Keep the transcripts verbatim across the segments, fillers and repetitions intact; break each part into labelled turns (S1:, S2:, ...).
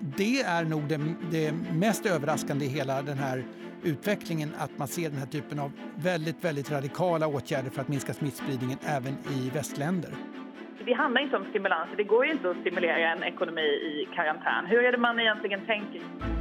S1: det är nog det, det mest överraskande i hela den här utvecklingen, att man ser den här typen av väldigt, väldigt radikala åtgärder för att minska smittspridningen även i västländer.
S2: Det handlar inte om stimulans. Det går ju inte att stimulera en ekonomi i karantän. Hur är det man egentligen tänker?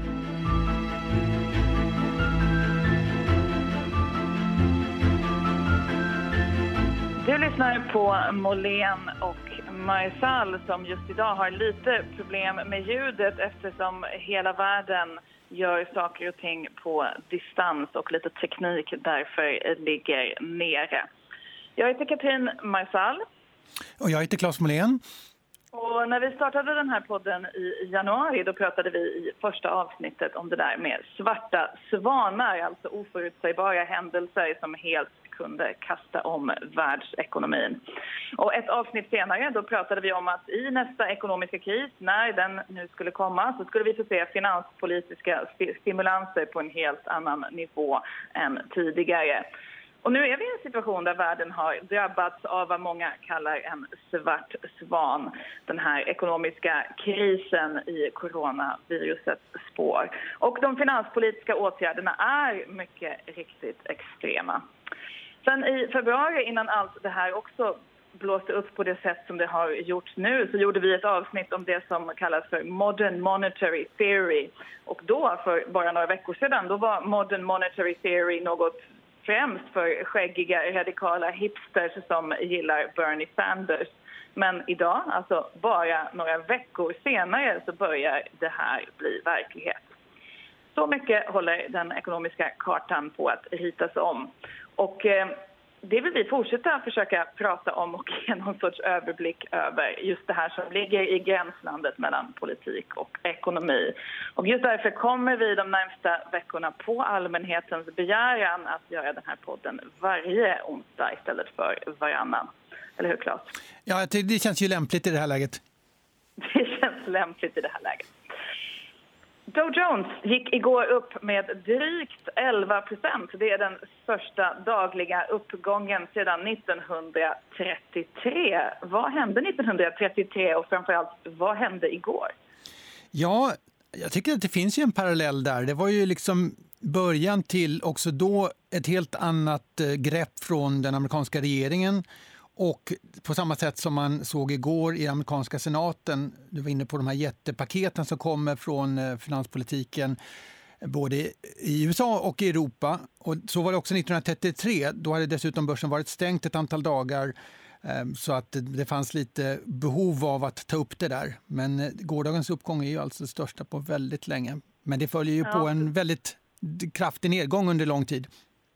S2: Du lyssnar på Molén och Marsal som just idag har lite problem med ljudet eftersom hela världen gör saker och ting på distans och lite teknik därför ligger nere. Jag heter Katrin Marsal.
S1: Och jag heter Claes Molén.
S2: Och när vi startade den här podden i januari då pratade vi i första avsnittet om det där med svarta svanar, alltså oförutsägbara händelser som helt kunde kasta om världsekonomin. Och ett avsnitt senare då pratade vi om att i nästa ekonomiska kris, när den nu skulle komma, så skulle vi få se finanspolitiska stimulanser på en helt annan nivå än tidigare. Och nu är vi i en situation där världen har drabbats av vad många kallar en svart svan. Den här ekonomiska krisen i coronavirusets spår. Och de finanspolitiska åtgärderna är mycket riktigt extrema. Sen i februari, innan allt det här också blåste upp på det sätt som det har gjort nu, så gjorde vi ett avsnitt om det som kallas för Modern Monetary Theory. Och då, för bara några veckor sedan, då var Modern Monetary Theory något främst för skäggiga radikala hipsters som gillar Bernie Sanders. Men idag, alltså bara några veckor senare, så börjar det här bli verklighet. Så mycket håller den ekonomiska kartan på att ritas om. Och eh, det vill vi fortsätta försöka prata om och ge någon sorts överblick över just det här som ligger i gränslandet mellan politik och ekonomi. Och just därför kommer vi de närmsta veckorna på allmänhetens begäran att göra den här podden varje onsdag istället för varannan. Eller hur, Claes?
S1: Ja, det känns ju lämpligt i det här läget.
S2: Det känns lämpligt i det här läget. Dow Jones gick igår upp med drygt elva procent. Det är den största dagliga uppgången sedan nittonhundratrettiotre. Vad hände nittonhundratrettiotre och framförallt vad hände igår?
S1: Ja, jag tycker att det finns ju en parallell där. Det var ju liksom början till också då ett helt annat grepp från den amerikanska regeringen. Och på samma sätt som man såg igår i amerikanska senaten, du var inne på de här jättepaketen som kommer från finanspolitiken både i U S A och i Europa. Och så var det också nittonhundratrettiotre, då hade dessutom börsen varit stängt ett antal dagar så att det fanns lite behov av att ta upp det där. Men gårdagens uppgång är ju alltså det största på väldigt länge. Men det följer ju ja. på en väldigt kraftig nedgång under lång tid.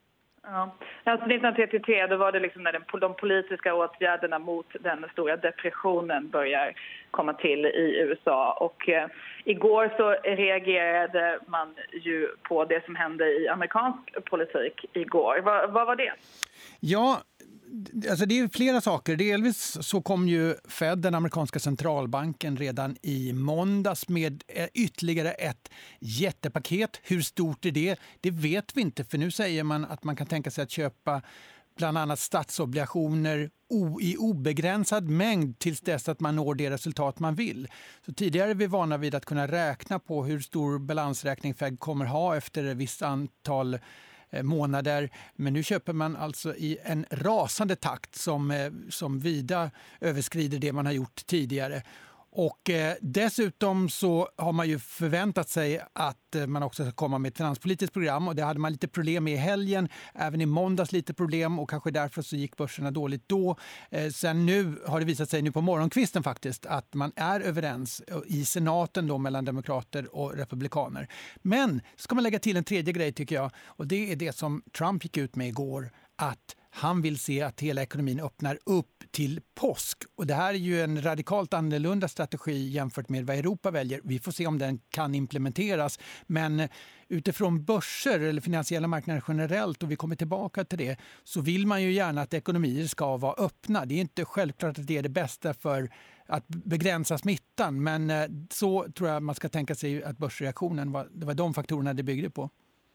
S2: Ja, alltså nittonhundratrettiotre då var det liksom när den, de politiska åtgärderna mot den stora depressionen börjar komma till i U S A. Och eh, igår så reagerade man ju på det som hände i amerikansk politik igår. Va, vad var det?
S1: Ja, alltså det är flera saker. Delvis så kom ju Fed, den amerikanska centralbanken, redan i måndags med ytterligare ett jättepaket. Hur stort är det? Det vet vi inte, för nu säger man att man kan tänka sig att köpa bland annat statsobligationer i obegränsad mängd tills dess att man når det resultat man vill. Så tidigare är vi vana vid att kunna räkna på hur stor balansräkning Fed kommer ha efter ett visst antal månader, men nu köper man alltså i en rasande takt som, som vida överskrider det man har gjort tidigare. Och eh, dessutom så har man ju förväntat sig att eh, man också ska komma med ett finanspolitiskt program, och det hade man lite problem med i helgen, även i måndags lite problem, och kanske därför så gick börserna dåligt då. Eh, sen nu har det visat sig nu på morgonkvisten faktiskt att man är överens i senaten då mellan demokrater och republikaner. Men ska man lägga till en tredje grej tycker jag, och det är det som Trump gick ut med igår, att han vill se att hela ekonomin öppnar upp till påsk. Och det här är ju en radikalt annorlunda strategi jämfört med vad Europa väljer. Vi får se om den kan implementeras. Men utifrån börser eller finansiella marknader generellt, och vi kommer tillbaka till det, så vill man ju gärna att ekonomier ska vara öppna. Det är inte självklart att det är det bästa för att begränsa smittan. Men så tror jag man ska tänka sig att börsreaktionen var, det var de faktorerna det byggde på.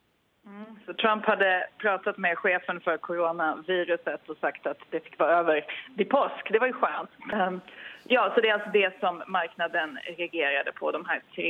S2: Mm, så Trump hade pratat med chefen för coronaviruset och sagt att det fick vara över vid påsk. Det var ju skönt. Um, ja, så det är alltså det som marknaden reagerade på, de här tre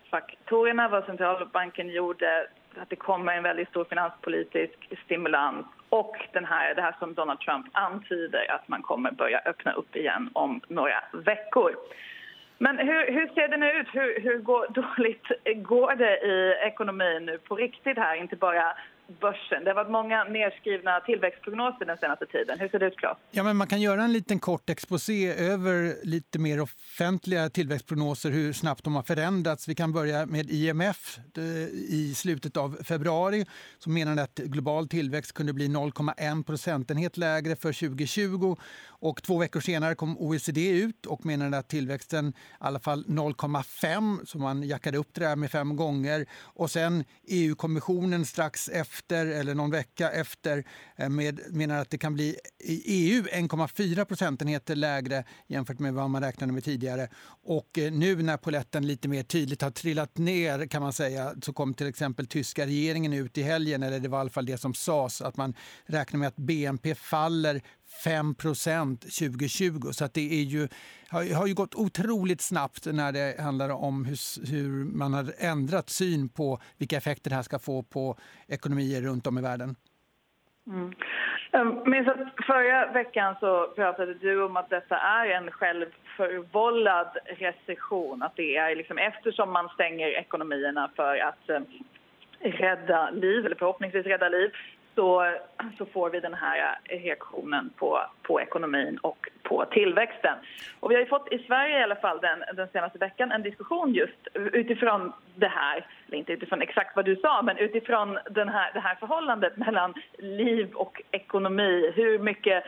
S2: faktorerna, vad centralbanken gjorde, att det kommer en väldigt stor finanspolitisk stimulans och den här, det här som Donald Trump antyder att man kommer börja öppna upp igen om några veckor. Men hur, hur ser det nu ut? Hur, hur går, dåligt går det i ekonomin nu på riktigt här, inte bara börsen? Det har varit många nedskrivna tillväxtprognoser den senaste tiden. Hur ser det ut, Claes?
S1: Ja, men man kan göra en liten kort exposé över lite mer offentliga tillväxtprognoser, hur snabbt de har förändrats. Vi kan börja med I M F i slutet av februari som menade att global tillväxt kunde bli noll komma en procentenhet lägre för tjugo tjugo. Och två veckor senare kom O E C D ut och menade att tillväxten i alla fall noll komma fem, så man jackade upp det där med fem gånger. Och sen E U-kommissionen strax efter, eller någon vecka efter, med, menar att det kan bli i E U en komma fyra procentenheter lägre jämfört med vad man räknade med tidigare. Och nu när poletten lite mer tydligt har trillat ner, kan man säga, så kom till exempel tyska regeringen ut i helgen, eller det var i alla fall det som sades, att man räknar med att B N P faller fem procent tjugo tjugo. Så att det är ju, har, har ju gått otroligt snabbt när det handlar om hur, hur man har ändrat syn på vilka effekter det här ska få på ekonomier runt om i världen.
S2: Mm. Men så förra veckan så pratade du om att detta är en självförvållad recession. Att det är liksom, eftersom man stänger ekonomierna för att eh, rädda liv, eller förhoppningsvis rädda liv, Så, så får vi den här reaktionen på, på ekonomin och på tillväxten. Och vi har ju fått i Sverige i alla fall den, den senaste veckan en diskussion just utifrån det här, eller inte utifrån exakt vad du sa, men utifrån den här, det här förhållandet mellan liv och ekonomi. Hur mycket,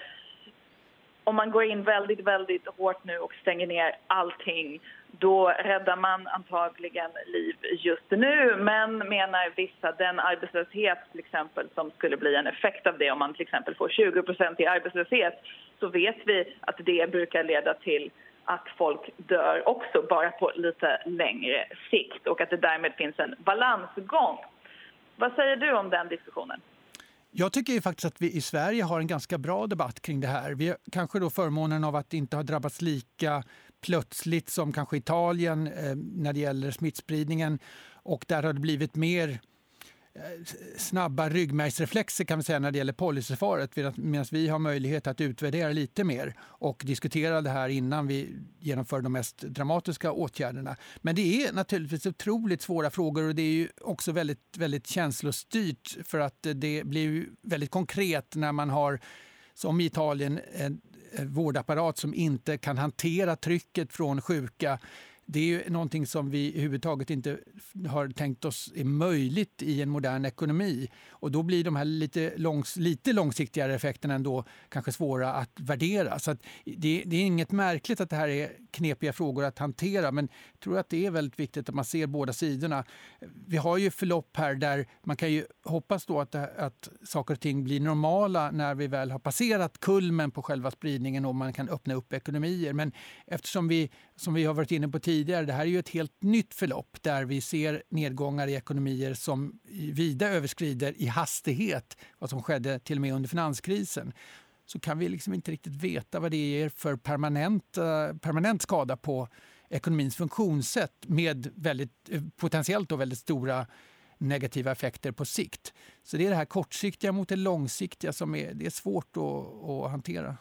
S2: om man går in väldigt, väldigt hårt nu och stänger ner allting, då räddar man antagligen liv just nu, men menar vissa den arbetslöshet till exempel som skulle bli en effekt av det, om man till exempel får tjugo procent i arbetslöshet, så vet vi att det brukar leda till att folk dör också, bara på lite längre sikt, och att det därmed finns en balansgång. Vad säger du om den diskussionen?
S1: Jag tycker ju faktiskt att vi i Sverige har en ganska bra debatt kring det här. Vi har kanske då förmånen av att inte ha drabbats lika plötsligt som kanske Italien eh, när det gäller smittspridningen, och där har det blivit mer eh, snabba ryggmärgsreflexer, kan vi säga, när det gäller policyföret, medan vi har möjlighet att utvärdera lite mer och diskutera det här innan vi genomför de mest dramatiska åtgärderna. Men det är naturligtvis otroligt svåra frågor, och det är ju också väldigt, väldigt känslostyrt, för att det blir ju väldigt konkret när man har, som i Italien, en vårdapparat som inte kan hantera trycket från sjuka. Det är ju någonting som vi överhuvudtaget inte har tänkt oss är möjligt i en modern ekonomi. Och då blir de här lite, långs, lite långsiktigare effekterna ändå kanske svåra att värdera. Så att det, det är inget märkligt att det här är knepiga frågor att hantera, men jag tror att det är väldigt viktigt att man ser båda sidorna. Vi har ju förlopp här där man kan ju hoppas då att, att saker och ting blir normala när vi väl har passerat kulmen på själva spridningen och man kan öppna upp ekonomier. Men eftersom vi, som vi har varit inne på tidigare, det här är ju ett helt nytt förlopp där vi ser nedgångar i ekonomier som vida överskrider i hastighet vad som skedde till och med under finanskrisen, så kan vi liksom inte riktigt veta vad det ger för permanent, permanent skada på ekonomins funktionssätt med väldigt, potentiellt och väldigt stora negativa effekter på sikt. Så det är det här kortsiktiga mot det långsiktiga som är, det är svårt att, att hantera.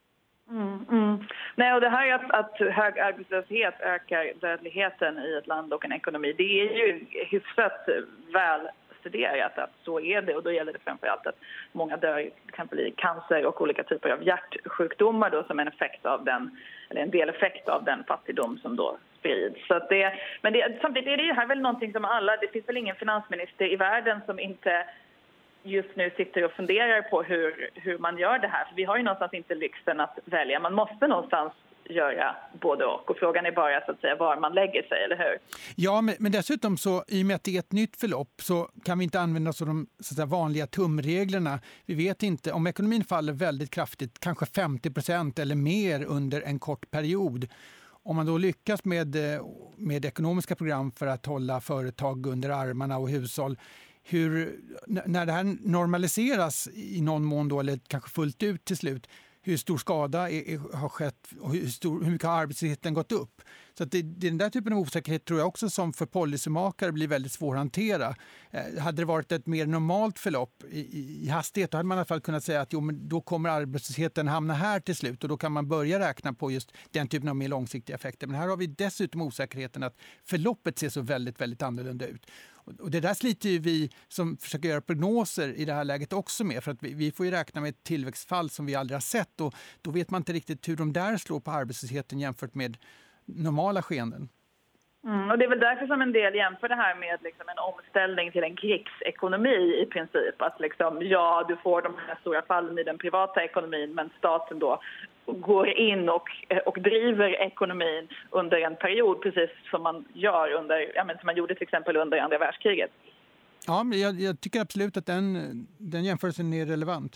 S2: Mm, mm. Nej, och det här att, att hög arbetslöshet ökar dödligheten i ett land och en ekonomi, det är ju hyfsat väl studerat att så är det, och då gäller det framförallt att många dör till exempel i cancer och olika typer av hjärtsjukdomar då, som en effekt av den, eller en deleffekt av den fattigdom som då sprids. Så att det, men det, samtidigt är det här väl någonting som alla, det finns väl ingen finansminister i världen som inte just nu sitter och funderar på hur, hur man gör det här. För vi har ju någonstans inte lyxen att välja. Man måste någonstans göra både och. Och frågan är bara så att säga var man lägger sig, eller hur?
S1: Ja, men, men dessutom så, i och med att det är ett nytt förlopp, så kan vi inte använda oss av de så att säga, vanliga tumreglerna. Vi vet inte, om ekonomin faller väldigt kraftigt, kanske femtio procent eller mer under en kort period. Om man då lyckas med, med ekonomiska program för att hålla företag under armarna och hushåll, hur, när det här normaliseras i någon mån då, eller kanske fullt ut till slut, hur stor skada är, är, har skett och hur, stor, hur mycket har arbetslösheten gått upp. Så att det, det är den där typen av osäkerhet tror jag också som för policymakare blir väldigt svår att hantera. Eh, hade det varit ett mer normalt förlopp i, i, i hastighet då hade man i alla fall kunnat säga att jo, men då kommer arbetslösheten hamna här till slut och då kan man börja räkna på just den typen av mer långsiktiga effekter. Men här har vi dessutom osäkerheten att förloppet ser så väldigt, väldigt annorlunda ut. Och det där sliter ju vi som försöker göra prognoser i det här läget också med. För att vi, vi får ju räkna med ett tillväxtfall som vi aldrig har sett. Och då vet man inte riktigt hur de där slår på arbetslösheten jämfört med normala skeenden.
S2: Mm, och det är väl därför som en del jämför det här med liksom en omställning till en krigsekonomi i princip. Att liksom, ja, du får de här stora fallen i den privata ekonomin men staten då går in och, och driver ekonomin under en period precis som man gör under, ja, men som man gjorde till exempel under andra världskriget.
S1: Ja, men jag, jag tycker absolut att den, den jämförelsen är relevant.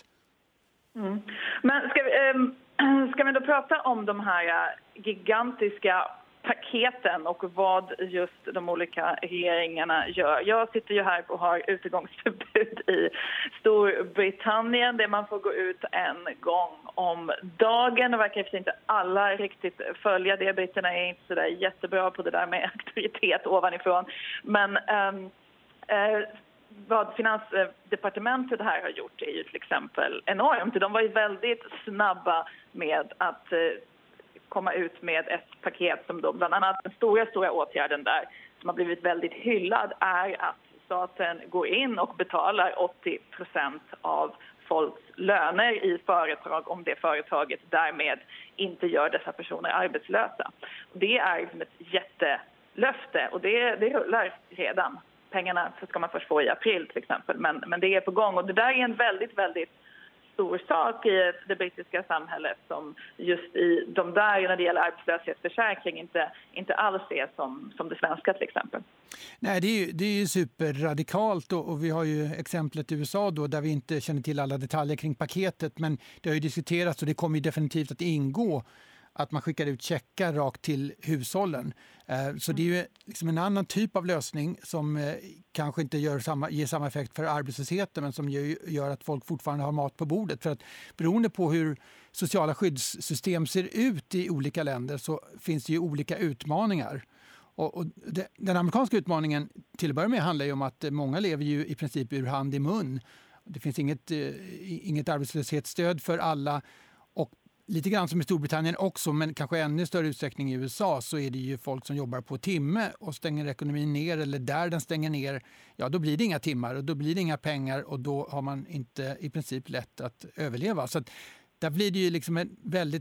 S2: Mm. Men ska vi, ähm, ska vi då prata om de här gigantiska paketen och vad just de olika regeringarna gör. Jag sitter ju här och har utegångsförbud i Storbritannien där man får gå ut en gång om dagen. Det verkar inte alla riktigt följa det. Britterna är inte så där jättebra på det där med auktoritet ovanifrån. Men ähm, äh, vad Finansdepartementet här har gjort är ju till exempel enormt. De var ju väldigt snabba med att äh, komma ut med ett paket som då bland annat den stora, stora åtgärden där som har blivit väldigt hyllad är att staten går in och betalar åttio procent av folks löner i företag om det företaget därmed inte gör dessa personer arbetslösa. Det är liksom ett jättelöfte och det, det rullar redan. Pengarna ska man först få i april till exempel, men, men det är på gång och det där är en väldigt, väldigt stor sak i det brittiska samhället som just i de där när det gäller arbetslöshetsförsäkring inte, inte alls är som, som det svenska till exempel.
S1: Nej, det är ju, det är ju superradikalt och, och vi har ju exemplet i U S A då där vi inte känner till alla detaljer kring paketet men det har ju diskuterats och det kommer ju definitivt att ingå att man skickar ut checkar rakt till hushållen. Så det är ju liksom en annan typ av lösning som kanske inte gör samma, ger samma effekt för arbetslösheten men som gör att folk fortfarande har mat på bordet. För att beroende på hur sociala skyddssystem ser ut i olika länder så finns det ju olika utmaningar. Och, och det, den amerikanska utmaningen till att börja med handlar ju om att många lever ju i princip ur hand i mun. Det finns inget, inget arbetslöshetsstöd för alla och lite grann som i Storbritannien också, men kanske ännu större utsträckning i U S A så är det ju folk som jobbar på timme och stänger ekonomin ner eller där den stänger ner, ja då blir det inga timmar och då blir det inga pengar och då har man inte i princip lätt att överleva. Så att där blir det ju liksom en väldigt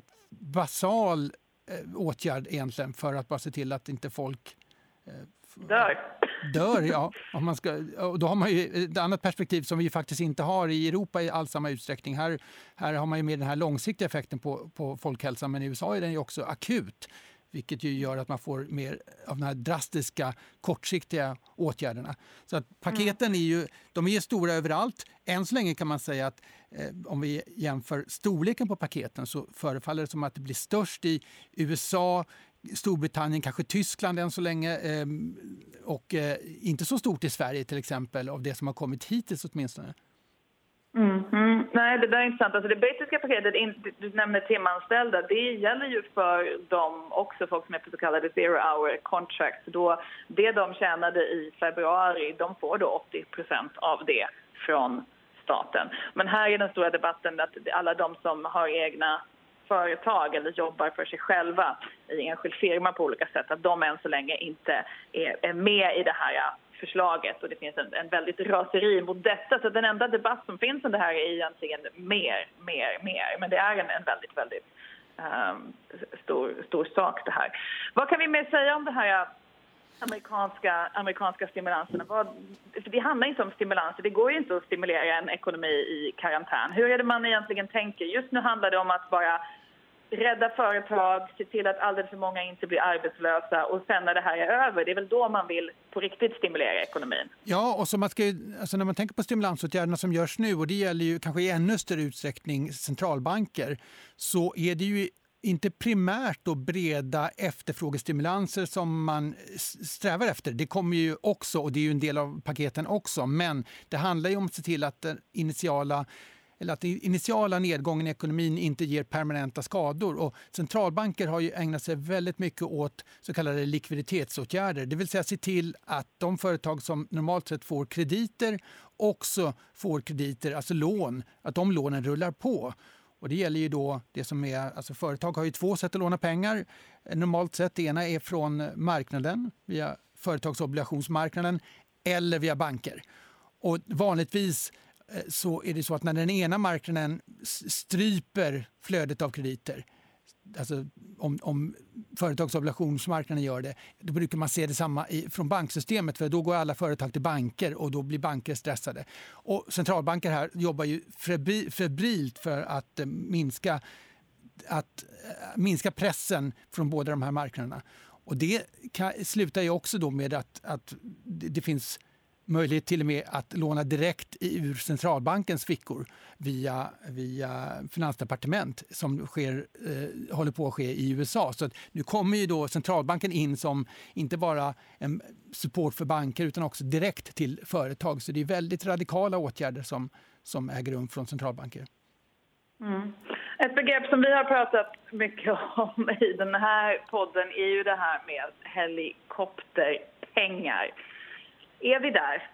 S1: basal eh, åtgärd egentligen för att bara se till att inte folk eh,
S2: dör.
S1: Dör, ja. Om man ska, och då har man ju ett annat perspektiv som vi faktiskt inte har i Europa i all samma utsträckning. Här, här har man ju med den här långsiktiga effekten på, på folkhälsan, men i U S A är den ju också akut. Vilket ju gör att man får mer av de här drastiska, kortsiktiga åtgärderna. Så att paketen är ju, de är ju stora överallt. Än så länge kan man säga att eh, om vi jämför storleken på paketen så förefaller det som att det blir störst i U S A, Storbritannien, kanske Tyskland än så länge eh, och eh, inte så stort i Sverige till exempel av det som har kommit hittills åtminstone.
S2: Mm, mm. Nej, det där är intressant. Alltså det brittiska paketet, du nämner timanställda, det gäller ju för dem också, folk som är på så kallade zero hour contracts. Då, det de tjänade i februari, de får då åttio procent av det från staten. Men här är den stora debatten att alla de som har egna företag eller jobbar för sig själva i enskild firma på olika sätt, att de än så länge inte är, är med i det här förslaget och det finns en, en väldigt raseri mot detta. Så den enda debatt som finns om det här är egentligen mer, mer, mer. Men det är en, en väldigt, väldigt um, stor, stor sak det här. Vad kan vi mer säga om det här amerikanska, amerikanska stimulanserna? Vad, för det handlar inte om stimulanser. Det går ju inte att stimulera en ekonomi i karantän. Hur är det man egentligen tänker? Just nu handlar det om att bara rädda företag, se till att alldeles för många inte blir arbetslösa och sen när det här är över, det är väl då man vill på riktigt stimulera ekonomin.
S1: Ja, och så man ska, alltså när man tänker på stimulansåtgärderna som görs nu, och det gäller ju kanske i ännu större utsträckning centralbanker, så är det ju inte primärt då breda efterfrågestimulanser som man strävar efter. Det kommer ju också, och det är ju en del av paketen också, men det handlar ju om att se till att den initiala eller att den initiala nedgången i ekonomin inte ger permanenta skador. Och centralbanker har ju ägnat sig väldigt mycket åt så kallade likviditetsåtgärder. Det vill säga se till att de företag som normalt sett får krediter också får krediter, alltså lån, att de lånen rullar på. Och det gäller ju då det som är, alltså företag har ju två sätt att låna pengar. Normalt sett, det ena är från marknaden, via företagsobligationsmarknaden eller via banker. Och vanligtvis så är det så att när den ena marknaden stryper flödet av krediter, alltså om, om företagsobligationsmarknaden gör det, då brukar man se detsamma i, från banksystemet, för då går alla företag till banker och då blir banker stressade. Och centralbanker här jobbar ju febrilt för att minska, att minska pressen från båda de här marknaderna. Och det kan, slutar ju också då med att, att det finns möjlighet till och med att låna direkt ur centralbankens fickor via, via finansdepartement som sker, eh, håller på att ske i U S A. Så att nu kommer ju då centralbanken in som inte bara en support för banker utan också direkt till företag. Så det är väldigt radikala åtgärder som, som äger rum från centralbanker.
S2: Mm. Ett begrepp som vi har pratat mycket om i den här podden är ju det här med helikopterpengar. Är vi där?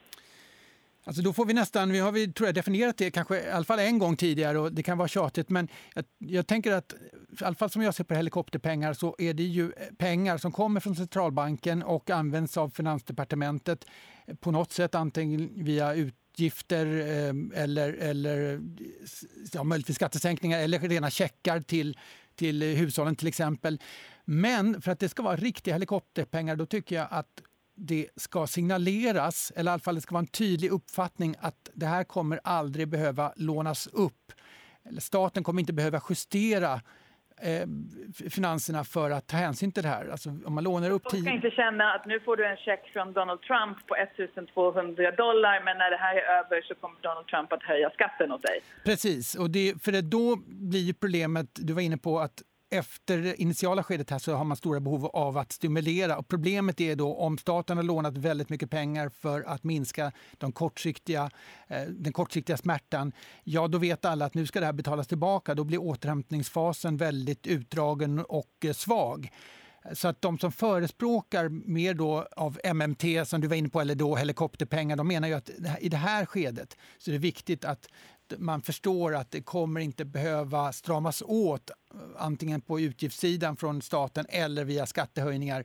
S1: Alltså då får vi nästan, vi har vi tror jag definierat det kanske i alla fall en gång tidigare och det kan vara tjatigt, men jag, jag tänker att i alla fall som jag ser på helikopterpengar så är det ju pengar som kommer från centralbanken och används av finansdepartementet på något sätt, antingen via utgifter eller, eller ja, möjligtvis skattesänkningar eller rena checkar till, till hushållen till exempel. Men för att det ska vara riktiga helikopterpengar då tycker jag att det ska signaleras, eller i alla fall det ska vara en tydlig uppfattning att det här kommer aldrig behöva lånas upp. Eller staten kommer inte behöva justera eh, finanserna för att ta hänsyn till det här. Alltså, om man lånar upp
S2: tio... Du ska inte känna att nu får du en check från Donald Trump på ettusentvåhundra dollar, men när det här är över så kommer Donald Trump att höja skatten åt dig.
S1: Precis, och det, för det då blir problemet, du var inne på att efter det initiala skedet här så har man stora behov av att stimulera. Och problemet är då om staten har lånat väldigt mycket pengar för att minska de kortsiktiga, eh, den kortsiktiga smärtan. Ja, då vet alla att nu ska det här betalas tillbaka. Då blir återhämtningsfasen väldigt utdragen och eh, svag. Så att de som förespråkar mer då av M M T som du var inne på eller då helikopterpengar, de menar ju att i det här skedet så är det viktigt att man förstår att det kommer inte behöva stramas åt antingen på utgiftssidan från staten eller via skattehöjningar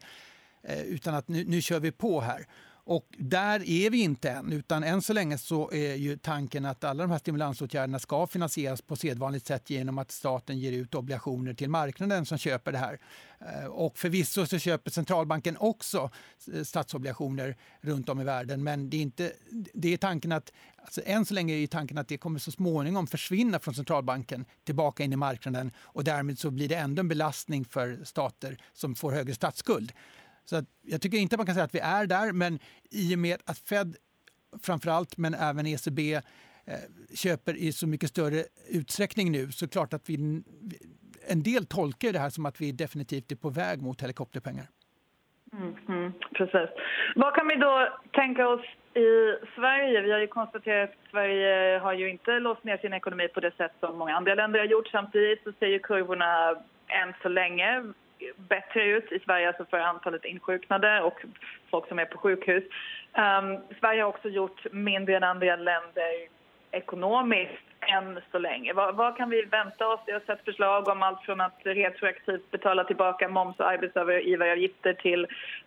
S1: utan att nu, nu kör vi på här. Och där är vi inte än, utan än så länge så är ju tanken att alla de här stimulansåtgärderna ska finansieras på sedvanligt sätt genom att staten ger ut obligationer till marknaden som köper det här. Och förvisso så köper centralbanken också statsobligationer runt om i världen, men det är, inte, det är tanken att, alltså än så länge är tanken att det kommer så småningom försvinna från centralbanken tillbaka in i marknaden och därmed så blir det ändå en belastning för stater som får högre statsskuld. Så att jag tycker inte man kan säga att vi är där, men i och med att Fed framförallt men även E C B eh, köper i så mycket större utsträckning nu så klart att vi, en del tolkar det här som att vi definitivt är på väg mot helikopterpengar.
S2: Mm, mm, precis. Vad kan vi då tänka oss i Sverige? Vi har ju konstaterat att Sverige har ju inte låst ner sin ekonomi på det sätt som många andra länder har gjort. Samtidigt så ser ju kurvorna än så länge bättre ut i Sverige, alltså för antalet insjuknade och folk som är på sjukhus. Um, Sverige har också gjort mindre än andra länder ekonomiskt än så länge. Vad, vad kan vi vänta oss? Jag har sett förslag om allt från att retroaktivt betala tillbaka moms- och arbetsgivaravgifter till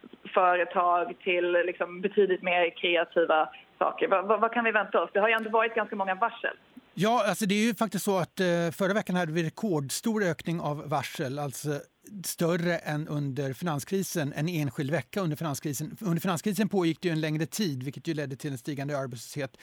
S2: företag till liksom betydligt mer kreativa saker. Vad, vad, vad kan vi vänta oss? Det har ju ändå varit ganska många varsel.
S1: Ja, alltså det är ju faktiskt så att eh, förra veckan hade vi rekordstor ökning av varsel, alltså större än under finanskrisen, en enskild vecka under finanskrisen. Under finanskrisen pågick det ju en längre tid, vilket ju ledde till en stigande arbetslöshet.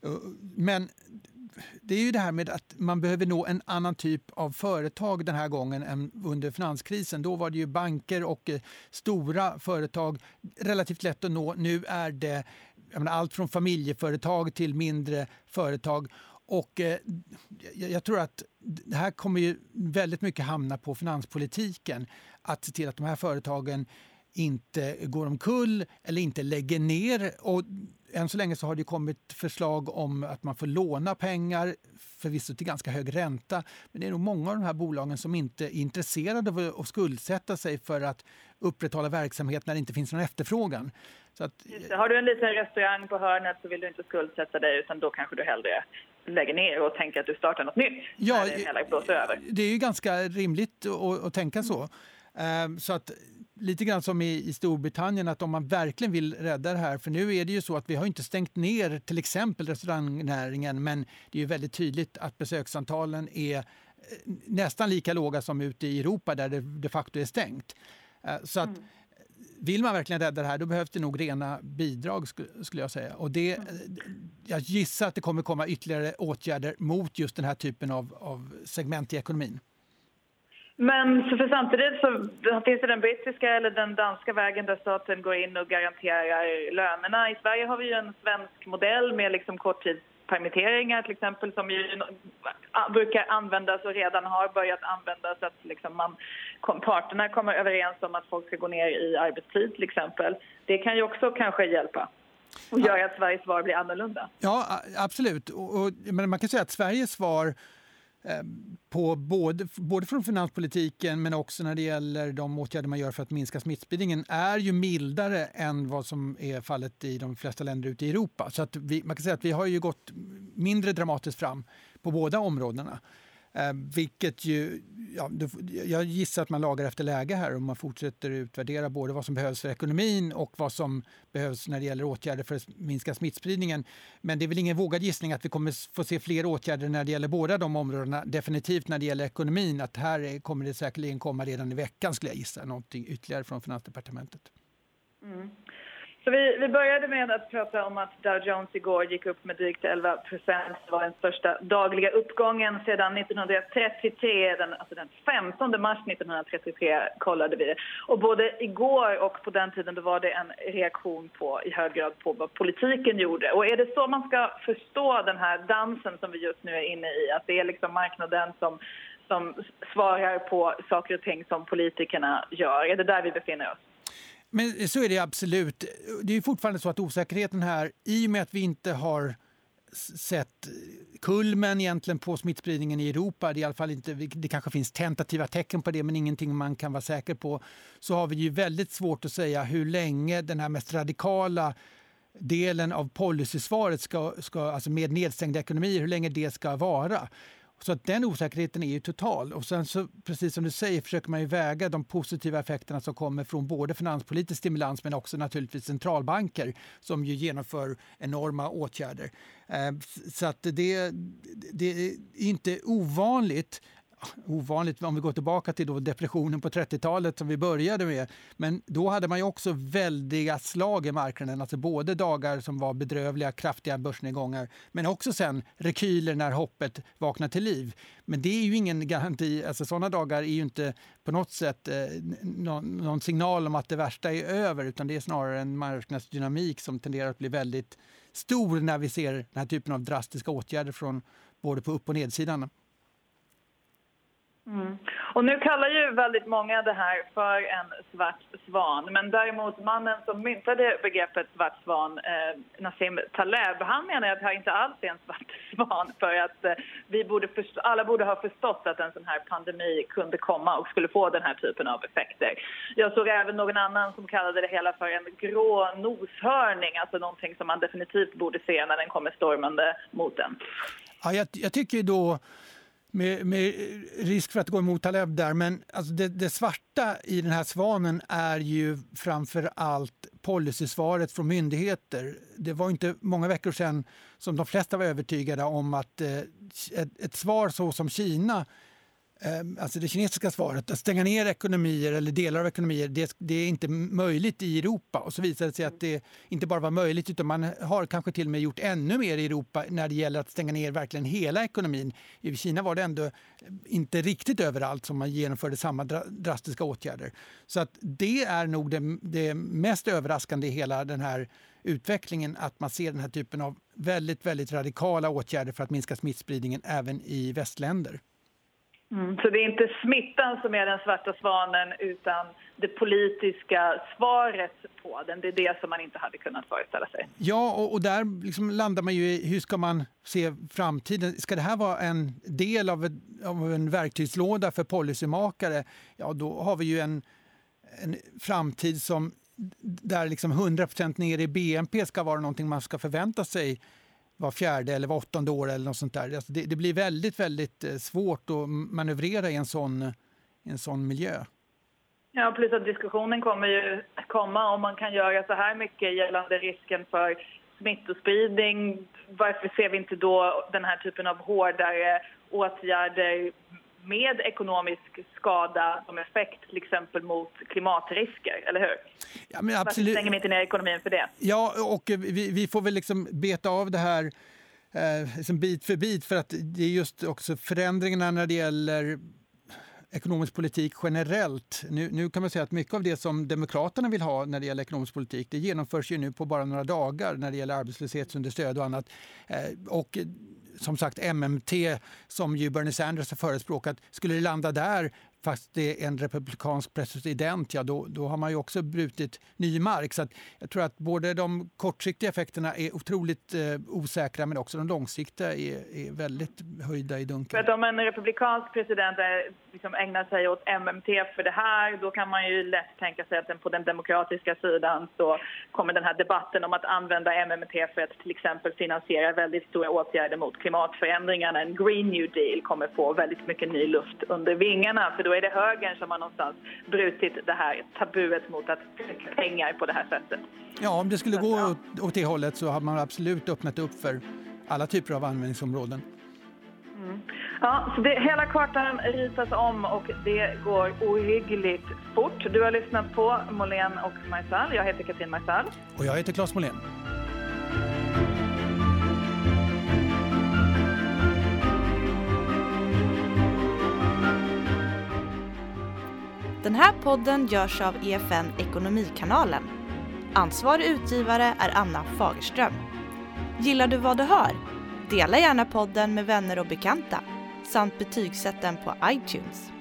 S1: Men det är ju det här med att man behöver nå en annan typ av företag den här gången än under finanskrisen. Då var det ju banker och eh, stora företag relativt lätt att nå. Nu är det jag menar, allt från familjeföretag till mindre företag. Och eh, jag tror att det här kommer ju väldigt mycket hamna på finanspolitiken. Att se till att de här företagen inte går omkull eller inte lägger ner. Och än så länge så har det kommit förslag om att man får låna pengar, förvisso till ganska hög ränta. Men det är nog många av de här bolagen som inte är intresserade av att skuldsätta sig för att upprätthålla verksamhet när det inte finns någon efterfrågan. Så att,
S2: har du en liten restaurang på hörnet så vill du inte skuldsätta dig, utan då kanske du hellre lägger ner och tänker att du startar något nytt.
S1: Ja,
S2: när det hela blåser över.
S1: Det är ju ganska rimligt att, att tänka så. Mm. Så att lite grann som i, i Storbritannien, att om man verkligen vill rädda det här, för nu är det ju så att vi har inte stängt ner till exempel restaurangnäringen, men det är ju väldigt tydligt att besöksantalen är nästan lika låga som ute i Europa där det de facto är stängt. Så att mm. vill man verkligen rädda det här, då behövs det nog rena bidrag skulle jag säga. Och det, jag gissar att det kommer komma ytterligare åtgärder mot just den här typen av, av segment i ekonomin.
S2: Men så för samtidigt så finns det den brittiska eller den danska vägen där staten går in och garanterar lönerna. I Sverige har vi ju en svensk modell med liksom korttidspermitteringar till exempel, som ju brukar användas och redan har börjat användas, att liksom man, parterna kommer överens om att folk ska gå ner i arbetstid till exempel. Det kan ju också kanske hjälpa och göra att Sveriges svar blir annorlunda.
S1: Ja, absolut. Och, och, men man kan säga att Sveriges svar på både, både från finanspolitiken men också när det gäller de åtgärder man gör för att minska smittspridningen är ju mildare än vad som är fallet i de flesta länder ute i Europa. Så att vi, man kan säga att vi har ju gått mindre dramatiskt fram på båda områdena. Eh, vilket ju, ja, jag gissar att man lagar efter läge här och man fortsätter utvärdera både vad som behövs för ekonomin och vad som behövs när det gäller åtgärder för att minska smittspridningen. Men det är väl ingen vågad gissning att vi kommer få se fler åtgärder när det gäller båda de områdena. Definitivt när det gäller ekonomin, att här kommer det säkerligen komma redan i veckan skulle jag gissa, någonting ytterligare från Finansdepartementet.
S2: Mm. Så vi, vi började med att prata om att Dow Jones igår gick upp med drygt elva procent. Det var den största dagliga uppgången sedan nittonhundratrettiotre, den, alltså den femtonde mars nittonhundratrettiotre kollade vi det. Och både igår och på den tiden då var det en reaktion på, i hög grad på vad politiken gjorde. Och är det så man ska förstå den här dansen som vi just nu är inne i? Att det är liksom marknaden som, som svarar på saker och ting som politikerna gör? Är det där vi befinner oss?
S1: Men så är det absolut. Det är fortfarande så att osäkerheten här, i och med att vi inte har sett kulmen egentligen på smittspridningen i Europa, det, är i alla fall inte, det kanske finns tentativa tecken på det men ingenting man kan vara säker på, så har vi ju väldigt svårt att säga hur länge den här mest radikala delen av policysvaret ska, ska, alltså med nedstängda ekonomier, hur länge det ska vara. Så att den osäkerheten är ju total. Och sen så, precis som du säger, försöker man ju väga de positiva effekterna som kommer från både finanspolitisk stimulans men också naturligtvis centralbanker som ju genomför enorma åtgärder. Så att det, det är inte ovanligt, ovanligt om vi går tillbaka till då depressionen på trettiotalet som vi började med. Men då hade man ju också väldiga slag i marknaden. Alltså både dagar som var bedrövliga, kraftiga börsnedgångar. Men också sen rekyler när hoppet vaknar till liv. Men det är ju ingen garanti. Alltså sådana dagar är ju inte på något sätt eh, någon, någon signal om att det värsta är över. Utan det är snarare en marknadsdynamik som tenderar att bli väldigt stor när vi ser den här typen av drastiska åtgärder från både på upp- och nedsidan.
S2: Mm. Och nu kallar ju väldigt många det här för en svart svan. Men däremot mannen som myntade begreppet svart svan, eh, Nassim Taleb, han menar att det här inte alls är en svart svan. För att eh, vi borde förstå, alla borde ha förstått att en sån här pandemi kunde komma och skulle få den här typen av effekter. Jag såg även någon annan som kallade det hela för en grå noshörning. Alltså någonting som man definitivt borde se när den kommer stormande mot den.
S1: Ja, jag, jag tycker då... Med, med risk för att gå emot Taleb där, men alltså det, det svarta i den här svanen är ju framför allt policysvaret från myndigheter. Det var inte många veckor sedan som de flesta var övertygade om att eh, ett, ett svar så som Kina, eh, alltså det kinesiska svaret, att stänga ner ekonomier eller delar av ekonomier, det, det är inte möjligt i Europa. Och så visade det sig att det inte bara var möjligt utan man har kanske till och med gjort ännu mer i Europa när det gäller att stänga ner verkligen hela ekonomin. I Kina var det ändå inte riktigt överallt som man genomförde samma drastiska åtgärder. Så att det är nog det, det mest överraskande i hela den här utvecklingen, att man ser den här typen av väldigt, väldigt radikala åtgärder för att minska smittspridningen även i västländer.
S2: Mm, så det är inte smittan som är den svarta svanen utan det politiska svaret på den. Det är det som man inte hade kunnat föreställa sig.
S1: Ja, och, och där liksom landar man ju i hur ska man se framtiden. Ska det här vara en del av, ett, av en verktygslåda för policymakare? Ja, då har vi ju en, en framtid som där liksom hundra procent ner i B N P ska vara någonting man ska förvänta sig var fjärde eller var åttonde år eller något sånt där. Alltså det, det blir väldigt, väldigt svårt att manövrera i en sån, i en sån miljö.
S2: Ja, plus att diskussionen kommer ju komma om man kan göra så här mycket gällande risken för smittospridning. Varför ser vi inte då den här typen av hårdare åtgärder med ekonomisk skada som effekt till exempel mot klimatrisker, eller hur? Ja, men absolut. Varför stänger vi inte ner ekonomin för det?
S1: Ja, och vi, vi får väl liksom beta av det här eh, liksom bit för bit, för att det är just också förändringarna när det gäller ekonomisk politik generellt. Nu, nu kan man säga att mycket av det som Demokraterna vill ha när det gäller ekonomisk politik, det genomförs ju nu på bara några dagar när det gäller arbetslöshetsunderstöd och annat. Eh, och som sagt M M T, som ju Bernie Sanders har förespråkat, skulle det landa där fast det är en republikansk president, ja då, då har man ju också brutit ny mark. Så att jag tror att både de kortsiktiga effekterna är otroligt eh, osäkra, men också de långsiktiga är, är väldigt höjda i dunkel.
S2: För att om en republikansk president är, liksom ägnar sig åt M M T för det här, då kan man ju lätt tänka sig att den, på den demokratiska sidan så kommer den här debatten om att använda M M T för att till exempel finansiera väldigt stora åtgärder mot klimatförändringarna. En Green New Deal kommer få väldigt mycket ny luft under vingarna, för då är det högern som har någonstans brutit det här tabuet mot att skicka pengar på det här sättet.
S1: Ja, om det skulle gå åt, åt det hållet så har man absolut öppnat upp för alla typer av användningsområden.
S2: Mm. Ja, så det, hela kartan ritas om och det går ohyggligt fort. Du har lyssnat på Molén och Marsall. Jag heter Katrin Marsall.
S1: Och jag heter Claes Molén.
S3: Den här podden görs av E F N Ekonomikanalen. Ansvarig utgivare är Anna Fagerström. Gillar du vad du hör? Dela gärna podden med vänner och bekanta samt betygsätt den på iTunes.